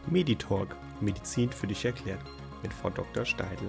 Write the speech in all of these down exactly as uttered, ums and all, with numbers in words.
Meditalk, Medizin für dich erklärt, mit Frau Doktor Steidl.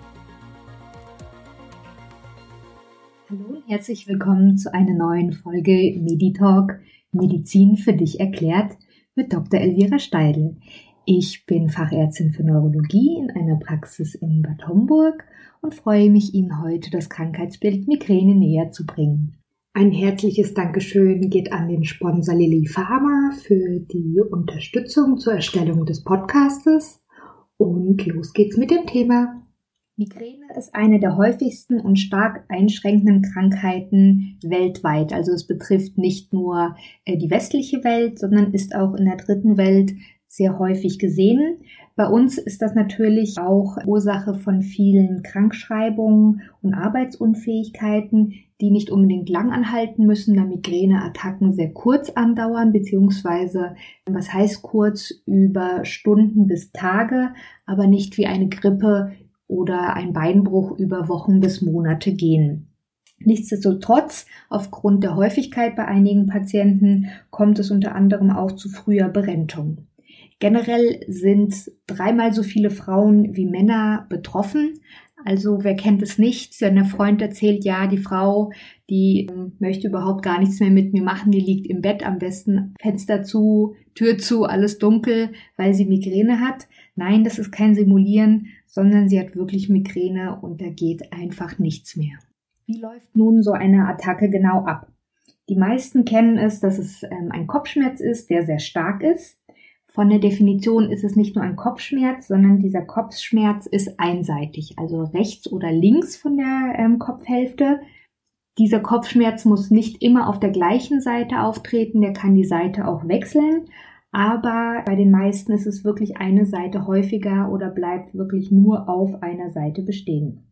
Hallo und herzlich willkommen zu einer neuen Folge Meditalk, Medizin für dich erklärt, mit Doktor Elvira Steidl. Ich bin Fachärztin für Neurologie in einer Praxis in Bad Homburg und freue mich, Ihnen heute das Krankheitsbild Migräne näher zu bringen. Ein herzliches Dankeschön geht an den Sponsor Lilly Pharma für die Unterstützung zur Erstellung des Podcastes. Und los geht's mit dem Thema. Migräne ist eine der häufigsten und stark einschränkenden Krankheiten weltweit. Also es betrifft nicht nur die westliche Welt, sondern ist auch in der dritten Welt sehr häufig gesehen. Bei uns ist das natürlich auch Ursache von vielen Krankschreibungen und Arbeitsunfähigkeiten, die nicht unbedingt lang anhalten müssen, da Migräneattacken sehr kurz andauern, beziehungsweise, was heißt kurz, über Stunden bis Tage, aber nicht wie eine Grippe oder ein Beinbruch über Wochen bis Monate gehen. Nichtsdestotrotz, aufgrund der Häufigkeit bei einigen Patienten, kommt es unter anderem auch zu früher Berentung. Generell sind dreimal so viele Frauen wie Männer betroffen. Also wer kennt es nicht? Wenn der Freund erzählt, ja, die Frau, die möchte überhaupt gar nichts mehr mit mir machen, die liegt im Bett, am besten Fenster zu, Tür zu, alles dunkel, weil sie Migräne hat. Nein, das ist kein Simulieren, sondern sie hat wirklich Migräne und da geht einfach nichts mehr. Wie läuft nun so eine Attacke genau ab? Die meisten kennen es, dass es ähm, ein Kopfschmerz ist, der sehr stark ist. Von der Definition ist es nicht nur ein Kopfschmerz, sondern dieser Kopfschmerz ist einseitig, also rechts oder links von der ähm, Kopfhälfte. Dieser Kopfschmerz muss nicht immer auf der gleichen Seite auftreten, der kann die Seite auch wechseln, aber bei den meisten ist es wirklich eine Seite häufiger oder bleibt wirklich nur auf einer Seite bestehen.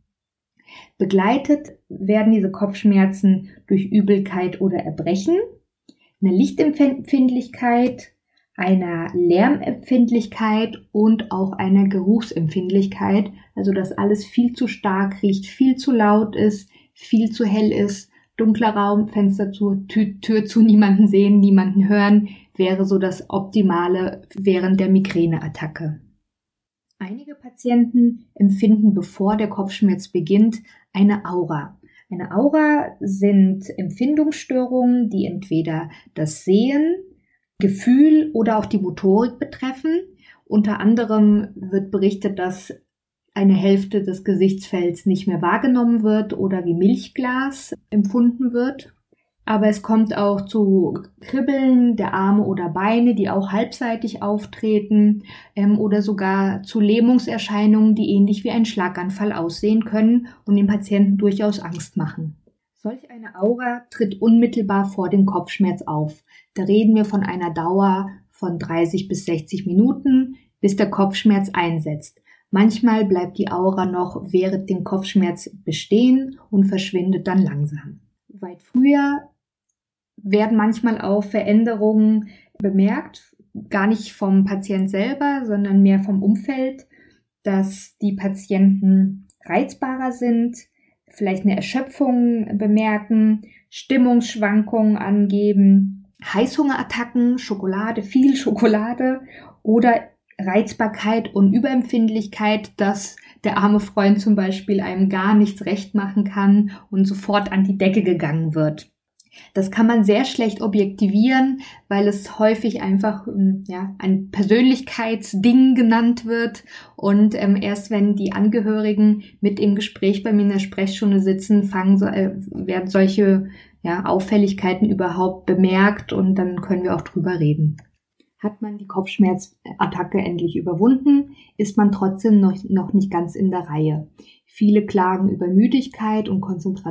Begleitet werden diese Kopfschmerzen durch Übelkeit oder Erbrechen, eine Lichtempfindlichkeit, einer Lärmempfindlichkeit und auch einer Geruchsempfindlichkeit, also dass alles viel zu stark riecht, viel zu laut ist, viel zu hell ist, dunkler Raum, Fenster zu, Tür, Tür zu, niemanden sehen, niemanden hören, wäre so das Optimale während der Migräneattacke. Einige Patienten empfinden, bevor der Kopfschmerz beginnt, eine Aura. Eine Aura sind Empfindungsstörungen, die entweder das Sehen, Gefühl oder auch die Motorik betreffen. Unter anderem wird berichtet, dass eine Hälfte des Gesichtsfelds nicht mehr wahrgenommen wird oder wie Milchglas empfunden wird. Aber es kommt auch zu Kribbeln der Arme oder Beine, die auch halbseitig auftreten, ähm, oder sogar zu Lähmungserscheinungen, die ähnlich wie ein Schlaganfall aussehen können und den Patienten durchaus Angst machen. Solch eine Aura tritt unmittelbar vor dem Kopfschmerz auf. Da reden wir von einer Dauer von dreißig bis sechzig Minuten, bis der Kopfschmerz einsetzt. Manchmal bleibt die Aura noch während dem Kopfschmerz bestehen und verschwindet dann langsam. Weit früher werden manchmal auch Veränderungen bemerkt, gar nicht vom Patient selber, sondern mehr vom Umfeld, dass die Patienten reizbarer sind, vielleicht eine Erschöpfung bemerken, Stimmungsschwankungen angeben, Heißhungerattacken, Schokolade, viel Schokolade oder Reizbarkeit und Überempfindlichkeit, dass der arme Freund zum Beispiel einem gar nichts recht machen kann und sofort an die Decke gegangen wird. Das kann man sehr schlecht objektivieren, weil es häufig einfach ja, ein Persönlichkeitsding genannt wird und ähm, erst wenn die Angehörigen mit im Gespräch bei mir in der Sprechstunde sitzen, fangen so, äh, werden solche ja, Auffälligkeiten überhaupt bemerkt und dann können wir auch drüber reden. Hat man die Kopfschmerzattacke endlich überwunden, ist man trotzdem noch, noch nicht ganz in der Reihe. Viele klagen über Müdigkeit und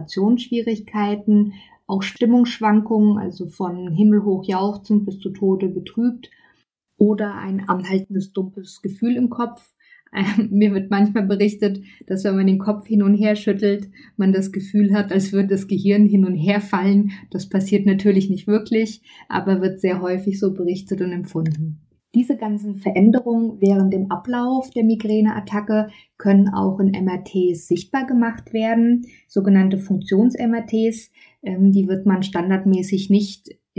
Konzentrationsschwierigkeiten, auch Stimmungsschwankungen, also von himmelhoch jauchzend bis zu Tode betrübt oder ein anhaltendes dumpfes Gefühl im Kopf. Ähm, mir wird manchmal berichtet, dass wenn man den Kopf hin und her schüttelt, man das Gefühl hat, als würde das Gehirn hin und her fallen. Das passiert natürlich nicht wirklich, aber wird sehr häufig so berichtet und empfunden. Diese ganzen Veränderungen während dem Ablauf der Migräneattacke können auch in M R Ts sichtbar gemacht werden, sogenannte Funktions-M R Ts. Ähm, die wird man standardmäßig nicht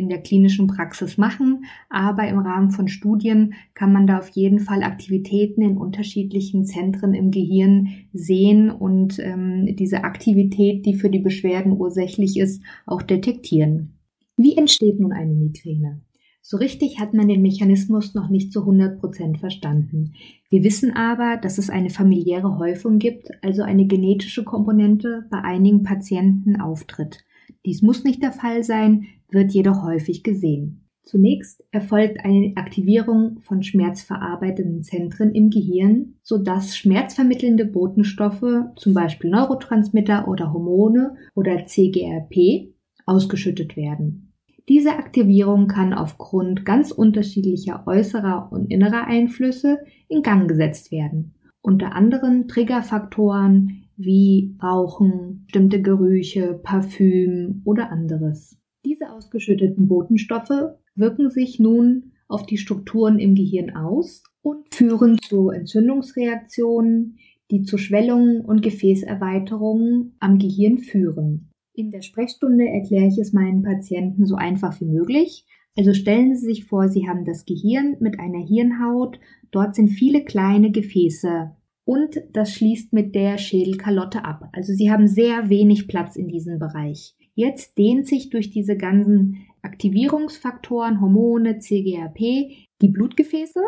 in der klinischen Praxis machen, aber im Rahmen von Studien kann man da auf jeden Fall Aktivitäten in unterschiedlichen Zentren im Gehirn sehen und ähm, diese Aktivität, die für die Beschwerden ursächlich ist, auch detektieren. Wie entsteht nun eine Migräne? So richtig hat man den Mechanismus noch nicht zu hundert Prozent verstanden. Wir wissen aber, dass es eine familiäre Häufung gibt, also eine genetische Komponente bei einigen Patienten auftritt. Dies muss nicht der Fall sein, wird jedoch häufig gesehen. Zunächst erfolgt eine Aktivierung von schmerzverarbeitenden Zentren im Gehirn, sodass schmerzvermittelnde Botenstoffe, zum Beispiel Neurotransmitter oder Hormone oder C G R P, ausgeschüttet werden. Diese Aktivierung kann aufgrund ganz unterschiedlicher äußerer und innerer Einflüsse in Gang gesetzt werden. Unter anderem Triggerfaktoren wie Rauchen, bestimmte Gerüche, Parfüm oder anderes. Diese ausgeschütteten Botenstoffe wirken sich nun auf die Strukturen im Gehirn aus und führen zu Entzündungsreaktionen, die zu Schwellungen und Gefäßerweiterungen am Gehirn führen. In der Sprechstunde erkläre ich es meinen Patienten so einfach wie möglich. Also stellen Sie sich vor, Sie haben das Gehirn mit einer Hirnhaut, dort sind viele kleine Gefäße und das schließt mit der Schädelkalotte ab. Also Sie haben sehr wenig Platz in diesem Bereich. Jetzt dehnt sich durch diese ganzen Aktivierungsfaktoren, Hormone, C G R P, die Blutgefäße.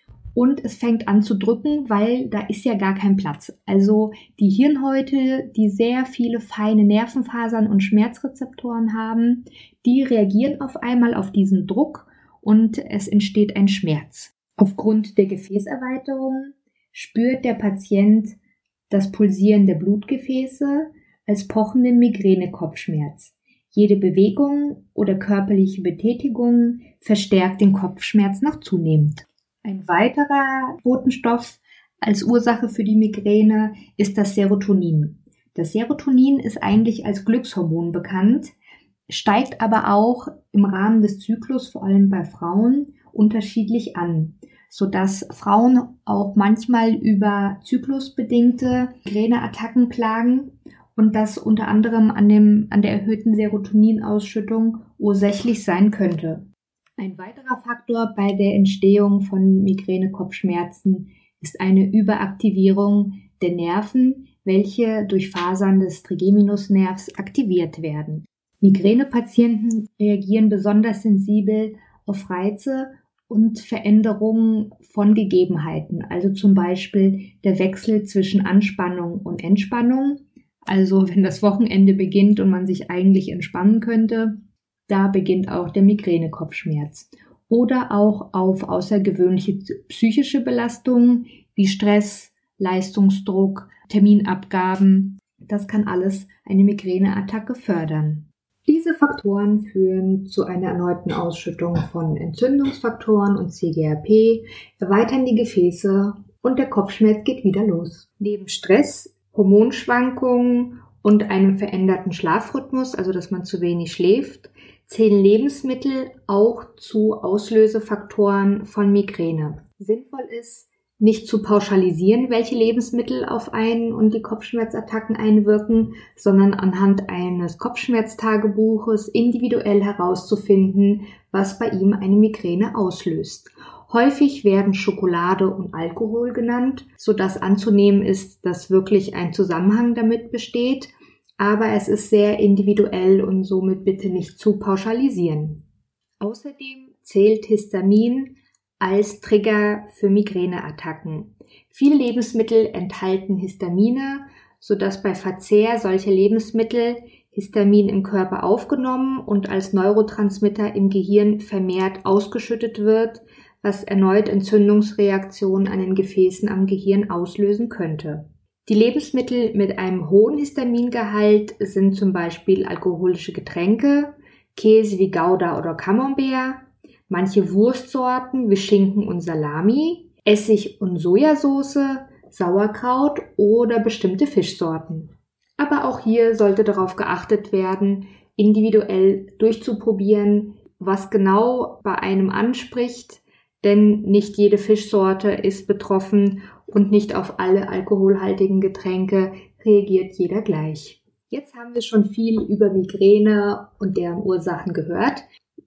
Und es fängt an zu drücken, weil da ist ja gar kein Platz. Also die Hirnhäute, die sehr viele feine Nervenfasern und Schmerzrezeptoren haben, die reagieren auf einmal auf diesen Druck und es entsteht ein Schmerz. Aufgrund der Gefäßerweiterung spürt der Patient das Pulsieren der Blutgefäße als pochenden Migränekopfschmerz. Jede Bewegung oder körperliche Betätigung verstärkt den Kopfschmerz noch zunehmend. Ein weiterer Botenstoff als Ursache für die Migräne ist das Serotonin. Das Serotonin ist eigentlich als Glückshormon bekannt, steigt aber auch im Rahmen des Zyklus, vor allem bei Frauen, unterschiedlich an, sodass Frauen auch manchmal über zyklusbedingte Migräneattacken klagen und das unter anderem an, dem, an der erhöhten Serotoninausschüttung ursächlich sein könnte. Ein weiterer Faktor bei der Entstehung von Migränekopfschmerzen ist eine Überaktivierung der Nerven, welche durch Fasern des Trigeminusnervs aktiviert werden. Migränepatienten reagieren besonders sensibel auf Reize und Veränderungen von Gegebenheiten, also zum Beispiel der Wechsel zwischen Anspannung und Entspannung, also wenn das Wochenende beginnt und man sich eigentlich entspannen könnte, da beginnt auch der Migränekopfschmerz. Oder auch auf außergewöhnliche psychische Belastungen wie Stress, Leistungsdruck, Terminabgaben. Das kann alles eine Migräneattacke fördern. Diese Faktoren führen zu einer erneuten Ausschüttung von Entzündungsfaktoren und C G R P, erweitern die Gefäße und der Kopfschmerz geht wieder los. Neben Stress, Hormonschwankungen und einem veränderten Schlafrhythmus, also dass man zu wenig schläft, zählen Lebensmittel auch zu Auslösefaktoren von Migräne. Sinnvoll ist, nicht zu pauschalisieren, welche Lebensmittel auf einen und die Kopfschmerzattacken einwirken, sondern anhand eines Kopfschmerztagebuches individuell herauszufinden, was bei ihm eine Migräne auslöst. Häufig werden Schokolade und Alkohol genannt, sodass anzunehmen ist, dass wirklich ein Zusammenhang damit besteht. Aber es ist sehr individuell und somit bitte nicht zu pauschalisieren. Außerdem zählt Histamin als Trigger für Migräneattacken. Viele Lebensmittel enthalten Histamine, sodass bei Verzehr solcher Lebensmittel Histamin im Körper aufgenommen und als Neurotransmitter im Gehirn vermehrt ausgeschüttet wird, was erneut Entzündungsreaktionen an den Gefäßen am Gehirn auslösen könnte. Die Lebensmittel mit einem hohen Histamingehalt sind zum Beispiel alkoholische Getränke, Käse wie Gouda oder Camembert, manche Wurstsorten wie Schinken und Salami, Essig- und Sojasauce, Sauerkraut oder bestimmte Fischsorten. Aber auch hier sollte darauf geachtet werden, individuell durchzuprobieren, was genau bei einem anspricht, denn nicht jede Fischsorte ist betroffen und nicht auf alle alkoholhaltigen Getränke reagiert jeder gleich. Jetzt haben wir schon viel über Migräne und deren Ursachen gehört.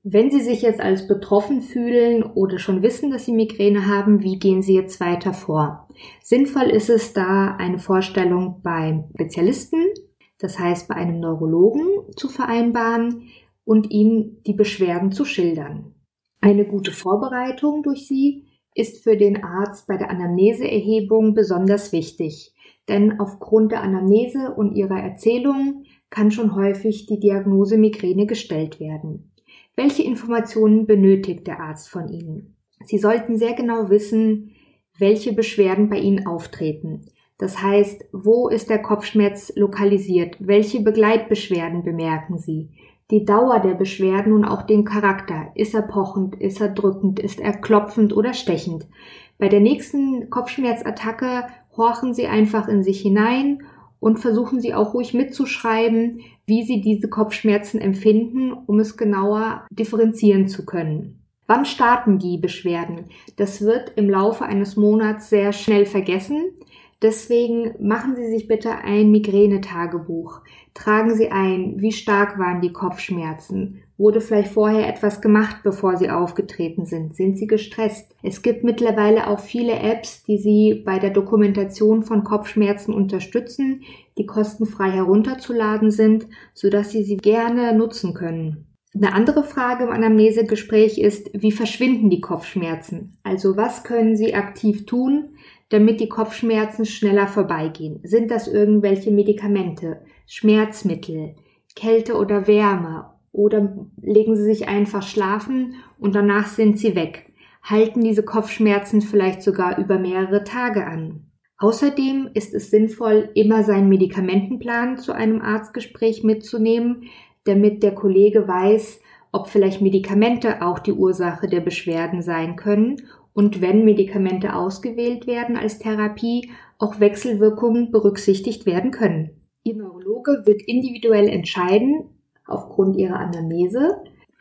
Wenn Sie sich jetzt als betroffen fühlen oder schon wissen, dass Sie Migräne haben, wie gehen Sie jetzt weiter vor? Sinnvoll ist es da, eine Vorstellung beim Spezialisten, das heißt bei einem Neurologen, zu vereinbaren und Ihnen die Beschwerden zu schildern. Eine gute Vorbereitung durch Sie ist für den Arzt bei der Anamneseerhebung besonders wichtig, denn aufgrund der Anamnese und Ihrer Erzählung kann schon häufig die Diagnose Migräne gestellt werden. Welche Informationen benötigt der Arzt von Ihnen? Sie sollten sehr genau wissen, welche Beschwerden bei Ihnen auftreten. Das heißt, wo ist der Kopfschmerz lokalisiert? Welche Begleitbeschwerden bemerken Sie? Die Dauer der Beschwerden und auch den Charakter. Ist er pochend? Ist er drückend? Ist er klopfend oder stechend? Bei der nächsten Kopfschmerzattacke horchen Sie einfach in sich hinein und versuchen Sie auch ruhig mitzuschreiben, wie Sie diese Kopfschmerzen empfinden, um es genauer differenzieren zu können. Wann starten die Beschwerden? Das wird im Laufe eines Monats sehr schnell vergessen. Deswegen machen Sie sich bitte ein Migränetagebuch. Tragen Sie ein, wie stark waren die Kopfschmerzen? Wurde vielleicht vorher etwas gemacht, bevor Sie aufgetreten sind? Sind Sie gestresst? Es gibt mittlerweile auch viele Apps, die Sie bei der Dokumentation von Kopfschmerzen unterstützen, die kostenfrei herunterzuladen sind, sodass Sie sie gerne nutzen können. Eine andere Frage im Anamnesegespräch ist, wie verschwinden die Kopfschmerzen? Also was können Sie aktiv tun, damit die Kopfschmerzen schneller vorbeigehen? Sind das irgendwelche Medikamente, Schmerzmittel, Kälte oder Wärme? Oder legen Sie sich einfach schlafen und danach sind sie weg? Halten diese Kopfschmerzen vielleicht sogar über mehrere Tage an? Außerdem ist es sinnvoll, immer seinen Medikamentenplan zu einem Arztgespräch mitzunehmen, damit der Kollege weiß, ob vielleicht Medikamente auch die Ursache der Beschwerden sein können und wenn Medikamente ausgewählt werden als Therapie, auch Wechselwirkungen berücksichtigt werden können. Ihr Neurologe wird individuell entscheiden, aufgrund Ihrer Anamnese,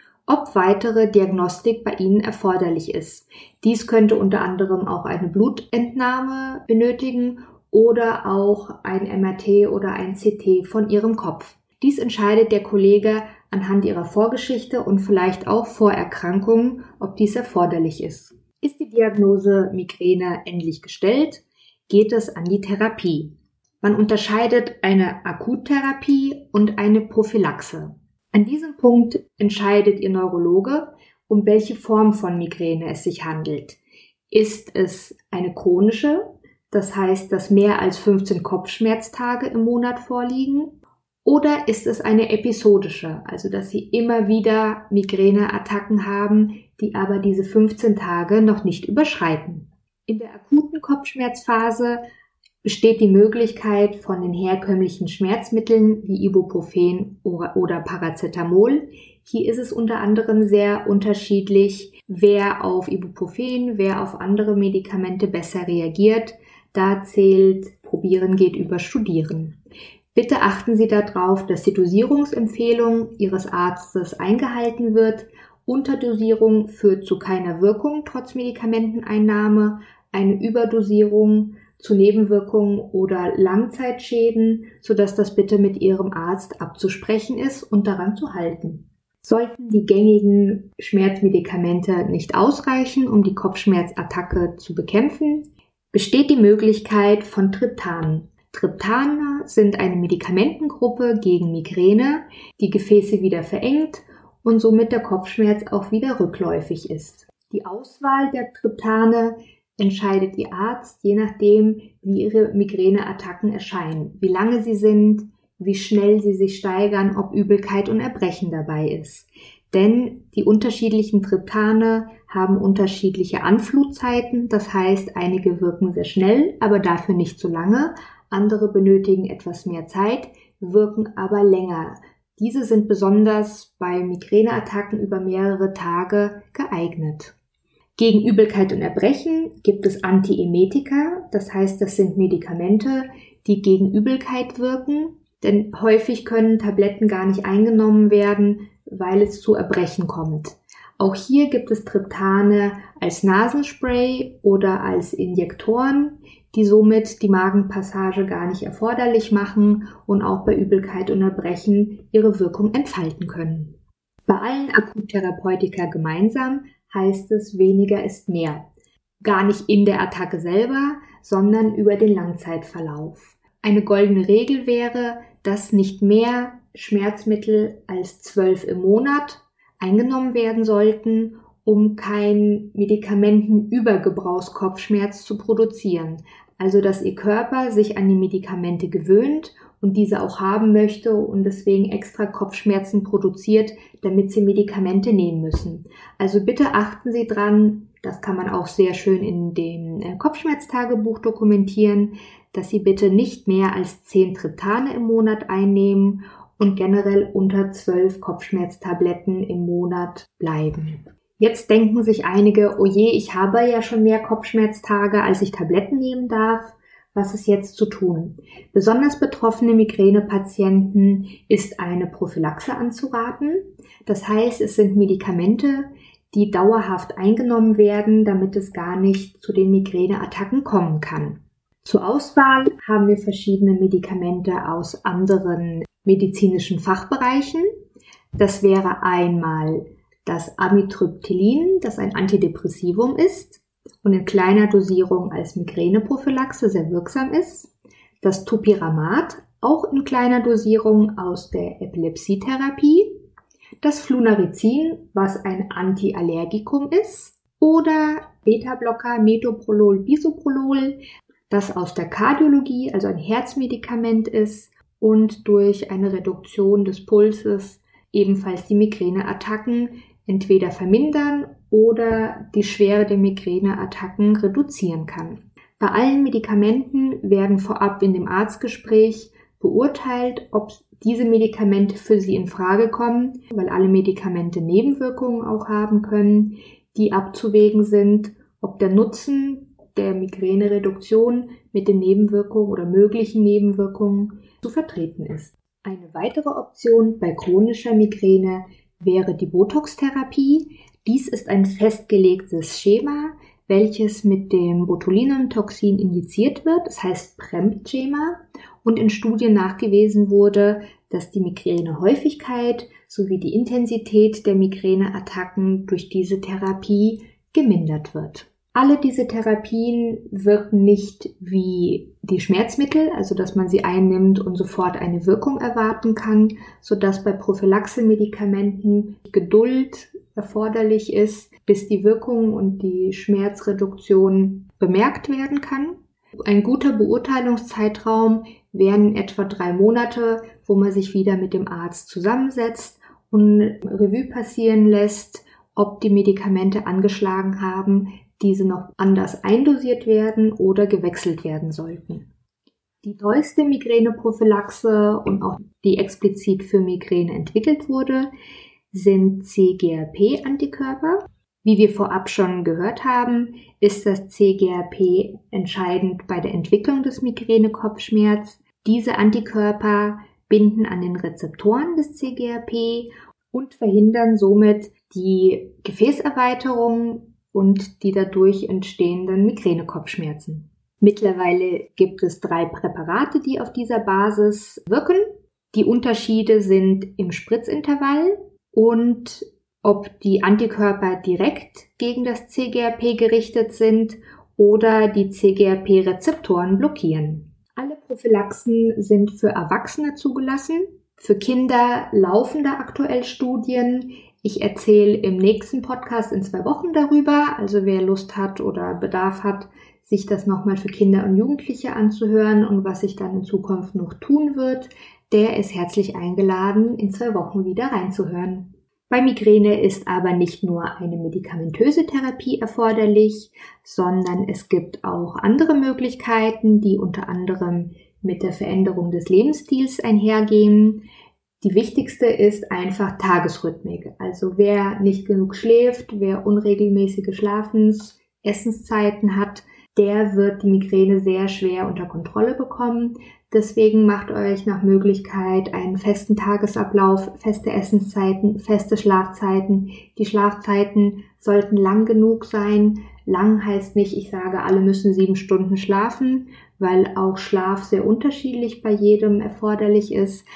ob weitere Diagnostik bei Ihnen erforderlich ist. Dies könnte unter anderem auch eine Blutentnahme benötigen oder auch ein M R T oder ein C T von Ihrem Kopf. Dies entscheidet der Kollege anhand Ihrer Vorgeschichte und vielleicht auch Vorerkrankungen, ob dies erforderlich ist. Ist die Diagnose Migräne endlich gestellt, geht es an die Therapie. Man unterscheidet eine Akuttherapie und eine Prophylaxe. An diesem Punkt entscheidet Ihr Neurologe, um welche Form von Migräne es sich handelt. Ist es eine chronische, das heißt, dass mehr als fünfzehn Kopfschmerztage im Monat vorliegen? Oder ist es eine episodische, also dass Sie immer wieder Migräneattacken haben, die aber diese fünfzehn Tage noch nicht überschreiten? In der akuten Kopfschmerzphase besteht die Möglichkeit von den herkömmlichen Schmerzmitteln wie Ibuprofen oder Paracetamol. Hier ist es unter anderem sehr unterschiedlich, wer auf Ibuprofen, wer auf andere Medikamente besser reagiert. Da zählt Probieren geht über Studieren. Bitte achten Sie darauf, dass die Dosierungsempfehlung Ihres Arztes eingehalten wird. Unterdosierung führt zu keiner Wirkung trotz Medikamenteneinnahme. Eine Überdosierung zu Nebenwirkungen oder Langzeitschäden, sodass das bitte mit Ihrem Arzt abzusprechen ist und daran zu halten. Sollten die gängigen Schmerzmedikamente nicht ausreichen, um die Kopfschmerzattacke zu bekämpfen, besteht die Möglichkeit von Triptanen. Triptane sind eine Medikamentengruppe gegen Migräne, die Gefäße wieder verengt und somit der Kopfschmerz auch wieder rückläufig ist. Die Auswahl der Triptane entscheidet Ihr Arzt, je nachdem, wie Ihre Migräneattacken erscheinen, wie lange sie sind, wie schnell sie sich steigern, ob Übelkeit und Erbrechen dabei ist. Denn die unterschiedlichen Triptane haben unterschiedliche Anflutzeiten, das heißt, einige wirken sehr schnell, aber dafür nicht so lange, andere benötigen etwas mehr Zeit, wirken aber länger. Diese sind besonders bei Migräneattacken über mehrere Tage geeignet. Gegen Übelkeit und Erbrechen gibt es Antiemetika, das heißt, das sind Medikamente, die gegen Übelkeit wirken, denn häufig können Tabletten gar nicht eingenommen werden, weil es zu Erbrechen kommt. Auch hier gibt es Triptane als Nasenspray oder als Injektoren, die somit die Magenpassage gar nicht erforderlich machen und auch bei Übelkeit und Erbrechen ihre Wirkung entfalten können. Bei allen Akuttherapeutika gemeinsam heißt es, weniger ist mehr. Gar nicht in der Attacke selber, sondern über den Langzeitverlauf. Eine goldene Regel wäre, dass nicht mehr Schmerzmittel als zwölf im Monat eingenommen werden sollten, um keinen Medikamentenübergebrauchskopfschmerz zu produzieren. Also, dass Ihr Körper sich an die Medikamente gewöhnt und diese auch haben möchte und deswegen extra Kopfschmerzen produziert, damit Sie Medikamente nehmen müssen. Also bitte achten Sie dran, das kann man auch sehr schön in dem Kopfschmerztagebuch dokumentieren, dass Sie bitte nicht mehr als zehn Triptane im Monat einnehmen und generell unter zwölf Kopfschmerztabletten im Monat bleiben. Jetzt denken sich einige, oh je, ich habe ja schon mehr Kopfschmerztage, als ich Tabletten nehmen darf. Was ist jetzt zu tun? Besonders betroffene Migränepatienten ist eine Prophylaxe anzuraten. Das heißt, es sind Medikamente, die dauerhaft eingenommen werden, damit es gar nicht zu den Migräneattacken kommen kann. Zur Auswahl haben wir verschiedene Medikamente aus anderen medizinischen Fachbereichen. Das wäre einmal das Amitriptylin, das ein Antidepressivum ist und in kleiner Dosierung als Migräneprophylaxe sehr wirksam ist. Das Topiramat, auch in kleiner Dosierung aus der Epilepsietherapie. Das Flunarizin, was ein Antiallergikum ist. Oder Beta-Blocker, Metoprolol, Bisoprolol, das aus der Kardiologie, also ein Herzmedikament ist und durch eine Reduktion des Pulses ebenfalls die Migräneattacken entweder vermindern oder die Schwere der Migräneattacken reduzieren kann. Bei allen Medikamenten werden vorab in dem Arztgespräch beurteilt, ob diese Medikamente für Sie in Frage kommen, weil alle Medikamente Nebenwirkungen auch haben können, die abzuwägen sind, ob der Nutzen der Migränereduktion mit den Nebenwirkungen oder möglichen Nebenwirkungen zu vertreten ist. Eine weitere Option bei chronischer Migräne wäre die Botox-Therapie. Dies ist ein festgelegtes Schema, welches mit dem Botulinumtoxin injiziert wird, das heißt Premp-Schema, und in Studien nachgewiesen wurde, dass die Migränehäufigkeit sowie die Intensität der Migräneattacken durch diese Therapie gemindert wird. Alle diese Therapien wirken nicht wie die Schmerzmittel, also dass man sie einnimmt und sofort eine Wirkung erwarten kann, sodass bei Prophylaxe-Medikamenten Geduld erforderlich ist, bis die Wirkung und die Schmerzreduktion bemerkt werden kann. Ein guter Beurteilungszeitraum wären etwa drei Monate, wo man sich wieder mit dem Arzt zusammensetzt und Revue passieren lässt, ob die Medikamente angeschlagen haben, diese noch anders eindosiert werden oder gewechselt werden sollten. Die neueste Migräneprophylaxe und auch die explizit für Migräne entwickelt wurde, sind C G R P-Antikörper. Wie wir vorab schon gehört haben, ist das C G R P entscheidend bei der Entwicklung des Migränekopfschmerz. Diese Antikörper binden an den Rezeptoren des C G R P und verhindern somit die Gefäßerweiterung und die dadurch entstehenden Migränekopfschmerzen. Mittlerweile gibt es drei Präparate, die auf dieser Basis wirken. Die Unterschiede sind im Spritzintervall und ob die Antikörper direkt gegen das C G R P gerichtet sind oder die C G R P-Rezeptoren blockieren. Alle Prophylaxen sind für Erwachsene zugelassen. Für Kinder laufen da aktuell Studien. Ich erzähle im nächsten Podcast in zwei Wochen darüber. Also wer Lust hat oder Bedarf hat, sich das nochmal für Kinder und Jugendliche anzuhören und was sich dann in Zukunft noch tun wird, der ist herzlich eingeladen, in zwei Wochen wieder reinzuhören. Bei Migräne ist aber nicht nur eine medikamentöse Therapie erforderlich, sondern es gibt auch andere Möglichkeiten, die unter anderem mit der Veränderung des Lebensstils einhergehen. Die wichtigste ist einfach Tagesrhythmik. Also wer nicht genug schläft, wer unregelmäßige Schlafens-, Essenszeiten hat, der wird die Migräne sehr schwer unter Kontrolle bekommen. Deswegen macht euch nach Möglichkeit einen festen Tagesablauf, feste Essenszeiten, feste Schlafzeiten. Die Schlafzeiten sollten lang genug sein. Lang heißt nicht, ich sage, alle müssen sieben Stunden schlafen, weil auch Schlaf sehr unterschiedlich bei jedem erforderlich ist.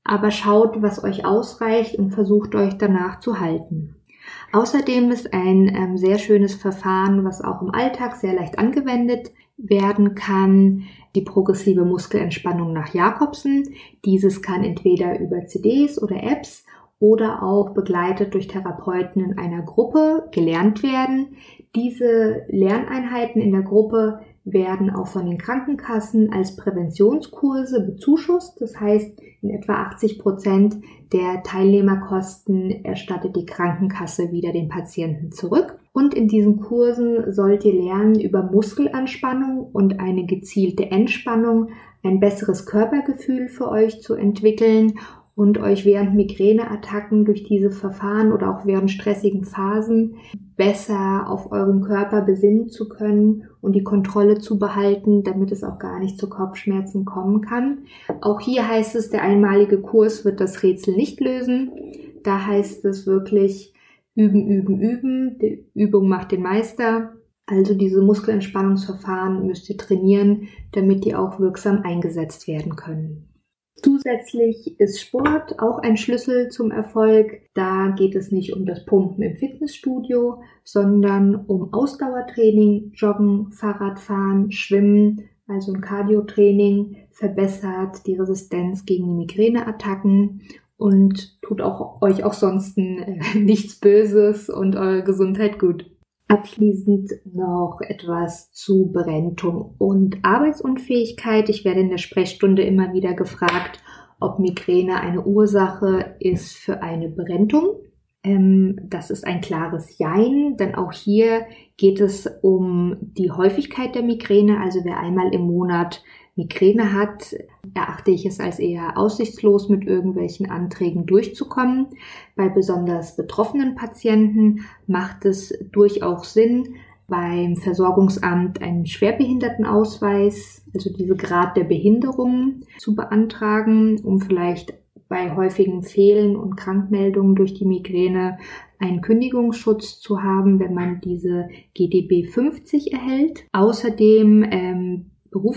aber schaut, was euch ausreicht und versucht euch danach zu halten. Außerdem ist ein ähm, sehr schönes Verfahren, was auch im Alltag sehr leicht angewendet werden kann, die progressive Muskelentspannung nach Jacobsen. Dieses kann entweder über C Ds oder Apps oder auch begleitet durch Therapeuten in einer Gruppe gelernt werden. Diese Lerneinheiten in der Gruppe werden auch von den Krankenkassen als Präventionskurse bezuschusst. Das heißt, in etwa achtzig Prozent der Teilnehmerkosten erstattet die Krankenkasse wieder den Patienten zurück. Und in diesen Kursen sollt ihr lernen, über Muskelanspannung und eine gezielte Entspannung ein besseres Körpergefühl für euch zu entwickeln und euch während Migräneattacken durch diese Verfahren oder auch während stressigen Phasen besser auf euren Körper besinnen zu können und die Kontrolle zu behalten, damit es auch gar nicht zu Kopfschmerzen kommen kann. Auch hier heißt es, der einmalige Kurs wird das Rätsel nicht lösen. Da heißt es wirklich üben, üben, üben. Die Übung macht den Meister. Also diese Muskelentspannungsverfahren müsst ihr trainieren, damit die auch wirksam eingesetzt werden können. Zusätzlich ist Sport auch ein Schlüssel zum Erfolg. Da geht es nicht um das Pumpen im Fitnessstudio, sondern um Ausdauertraining, Joggen, Fahrradfahren, Schwimmen, also ein Cardio-Training, verbessert die Resistenz gegen die Migräneattacken und tut auch, euch auch sonst äh, nichts Böses und eure Gesundheit gut. Abschließend noch etwas zu Berentung und Arbeitsunfähigkeit. Ich werde in der Sprechstunde immer wieder gefragt, ob Migräne eine Ursache ist für eine Berentung. Ähm, das ist ein klares Jein, denn auch hier geht es um die Häufigkeit der Migräne. Also wer einmal im Monat Migräne hat, erachte ich es als eher aussichtslos, mit irgendwelchen Anträgen durchzukommen. Bei besonders betroffenen Patienten macht es durchaus Sinn, beim Versorgungsamt einen Schwerbehindertenausweis, also diese Grad der Behinderung, zu beantragen, um vielleicht bei häufigen Fehlen und Krankmeldungen durch die Migräne einen Kündigungsschutz zu haben, wenn man diese G D B fünfzig erhält. Außerdem ähm,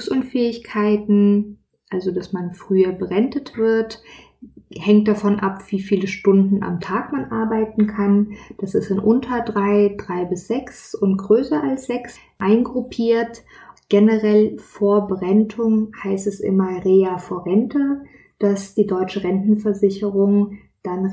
Berufsunfähigkeiten, also dass man früher berentet wird, hängt davon ab, wie viele Stunden am Tag man arbeiten kann. Das ist in unter drei, drei bis sechs und größer als sechs eingruppiert. Generell vor Berentung heißt es immer Reha vor Rente, dass die Deutsche Rentenversicherung dann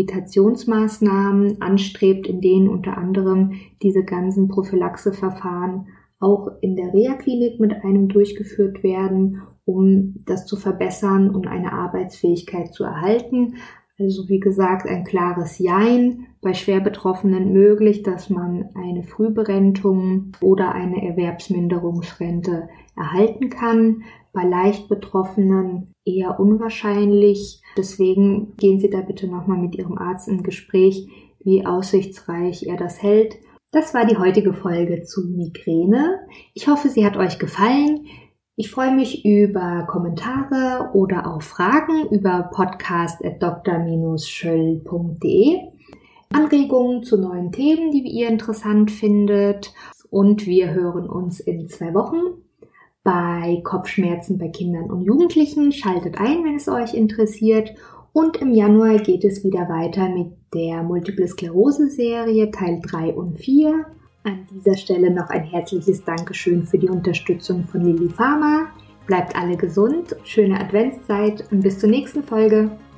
Rehabilitationsmaßnahmen anstrebt, in denen unter anderem diese ganzen Prophylaxeverfahren auch in der Reha-Klinik mit einem durchgeführt werden, um das zu verbessern und eine Arbeitsfähigkeit zu erhalten. Also wie gesagt, ein klares Jein. Bei Schwerbetroffenen möglich, dass man eine Frühberentung oder eine Erwerbsminderungsrente erhalten kann. Bei leicht Betroffenen eher unwahrscheinlich. Deswegen gehen Sie da bitte nochmal mit Ihrem Arzt in Gespräch, wie aussichtsreich er das hält. Das war die heutige Folge zu Migräne. Ich hoffe, sie hat euch gefallen. Ich freue mich über Kommentare oder auch Fragen über podcast at d r schöll punkt d e, Anregungen zu neuen Themen, die ihr interessant findet. Und wir hören uns in zwei Wochen bei Kopfschmerzen bei Kindern und Jugendlichen. Schaltet ein, wenn es euch interessiert. Und im Januar geht es wieder weiter mit der Multiple Sklerose-Serie Teil drei und vier. An dieser Stelle noch ein herzliches Dankeschön für die Unterstützung von Lilly Pharma. Bleibt alle gesund, schöne Adventszeit und bis zur nächsten Folge.